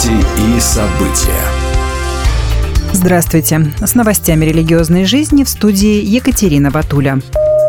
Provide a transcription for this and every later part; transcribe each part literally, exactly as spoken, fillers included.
Новости и события. Здравствуйте. С новостями религиозной жизни в студии Екатерина Ватуля.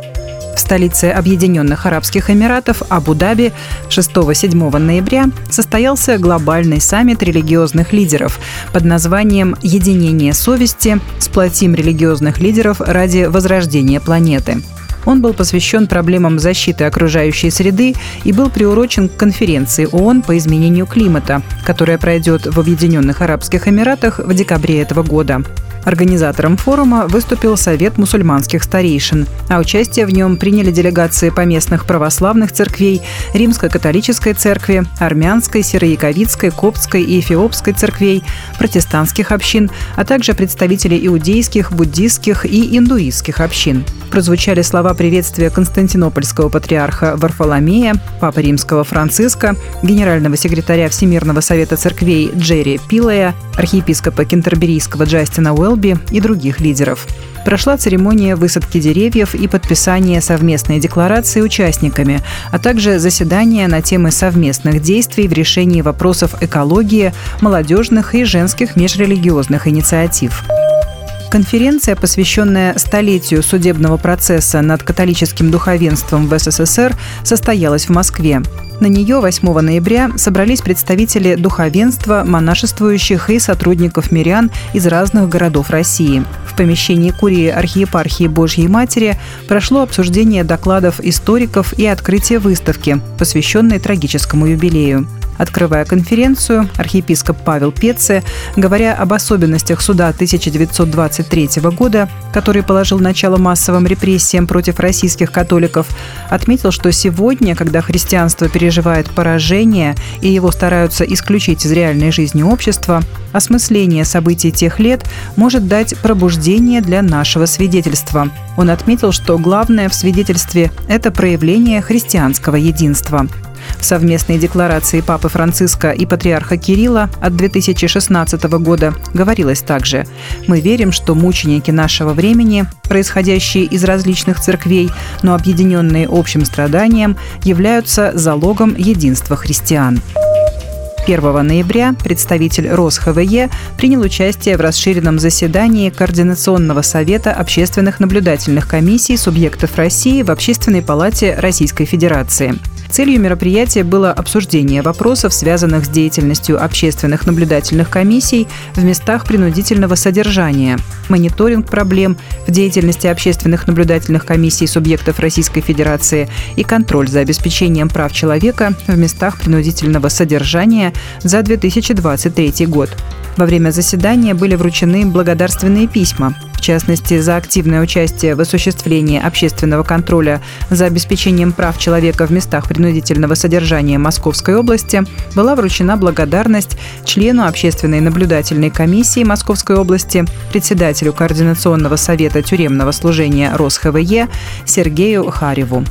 В столице Объединенных Арабских Эмиратов Абу-Даби шестого-седьмого ноября состоялся глобальный саммит религиозных лидеров под названием «Единение совести. Сплотим религиозных лидеров ради возрождения планеты». Он был посвящен проблемам защиты окружающей среды и был приурочен к конференции ООН по изменению климата, которая пройдет в Объединенных Арабских Эмиратах в декабре этого года. Организатором форума выступил Совет мусульманских старейшин, а участие в нем приняли делегации поместных православных церквей, Римско-католической церкви, армянской, сиро-яковицкой, коптской и эфиопской церквей, протестантских общин, а также представители иудейских, буддистских и индуистских общин. Прозвучали слова приветствия константинопольского патриарха Варфоломея, папы римского Франциска, генерального секретаря Всемирного совета церквей Джерри Пиллея, архиепископа кентерберийского Джастина Уэлби и других лидеров. Прошла церемония высадки деревьев и подписания совместной декларации участниками, а также заседания на темы совместных действий в решении вопросов экологии, молодежных и женских межрелигиозных инициатив. Конференция, посвященная столетию судебного процесса над католическим духовенством в СССР, состоялась в Москве. На нее восьмого ноября собрались представители духовенства, монашествующих и сотрудников мирян из разных городов России. В помещении Курии архиепархии Божьей Матери прошло обсуждение докладов историков и открытие выставки, посвященной трагическому юбилею. Открывая конференцию, архиепископ Павел Петце, говоря об особенностях суда тысяча девятьсот двадцать третьего года, который положил начало массовым репрессиям против российских католиков, отметил, что сегодня, когда христианство переживает поражение и его стараются исключить из реальной жизни общества, осмысление событий тех лет может дать пробуждение для нашего свидетельства. Он отметил, что главное в свидетельстве – это проявление христианского единства. В совместной декларации Папы Франциска и Патриарха Кирилла от две тысячи шестнадцатого года говорилось также: «Мы верим, что мученики нашего времени, происходящие из различных церквей, но объединенные общим страданием, являются залогом единства христиан». первого ноября представитель РосХВЕ принял участие в расширенном заседании Координационного совета общественных наблюдательных комиссий субъектов России в Общественной палате Российской Федерации. Целью мероприятия было обсуждение вопросов, связанных с деятельностью общественных наблюдательных комиссий в местах принудительного содержания, мониторинг проблем в деятельности общественных наблюдательных комиссий субъектов Российской Федерации и контроль за обеспечением прав человека в местах принудительного содержания за две тысячи двадцать третий год. Во время заседания были вручены благодарственные письма. В частности, за активное участие в осуществлении общественного контроля за обеспечением прав человека в местах принудительного содержания Московской области была вручена благодарность члену Общественной наблюдательной комиссии Московской области, председателю Координационного совета тюремного служения РосХВЕ Сергею Хареву.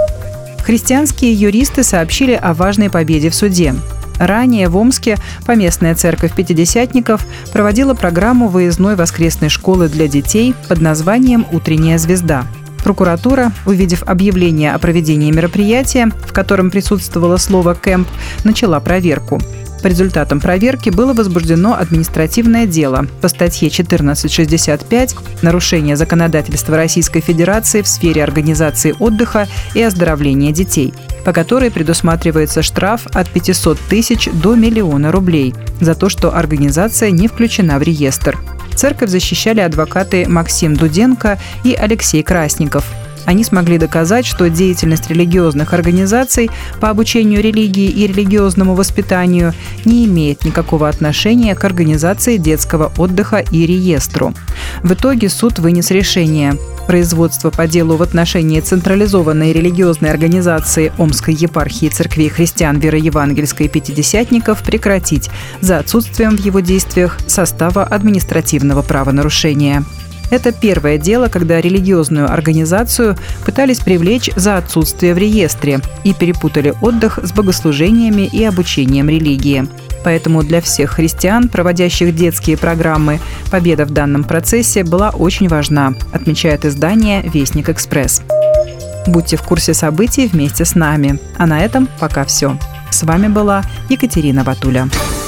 Христианские юристы сообщили о важной победе в суде. Ранее в Омске поместная церковь пятидесятников проводила программу выездной воскресной школы для детей под названием «Утренняя звезда». Прокуратура, увидев объявление о проведении мероприятия, в котором присутствовало слово «кэмп», начала проверку. По результатам проверки было возбуждено административное дело по статье четырнадцать шестьдесят пять «Нарушение законодательства Российской Федерации в сфере организации отдыха и оздоровления детей», по которой предусматривается штраф от пятисот тысяч до миллиона рублей за то, что организация не включена в реестр. Церковь защищали адвокаты Максим Дуденко и Алексей Красников. Они смогли доказать, что деятельность религиозных организаций по обучению религии и религиозному воспитанию не имеет никакого отношения к организации детского отдыха и реестру. В итоге суд вынес решение: производство по делу в отношении централизованной религиозной организации Омской епархии церквей христиан вероевангельской пятидесятников прекратить за отсутствием в его действиях состава административного правонарушения. Это первое дело, когда религиозную организацию пытались привлечь за отсутствие в реестре и перепутали отдых с богослужениями и обучением религии. Поэтому для всех христиан, проводящих детские программы, победа в данном процессе была очень важна, отмечает издание «Вестник Экспресс». Будьте в курсе событий вместе с нами. А на этом пока все. С вами была Екатерина Ватуля.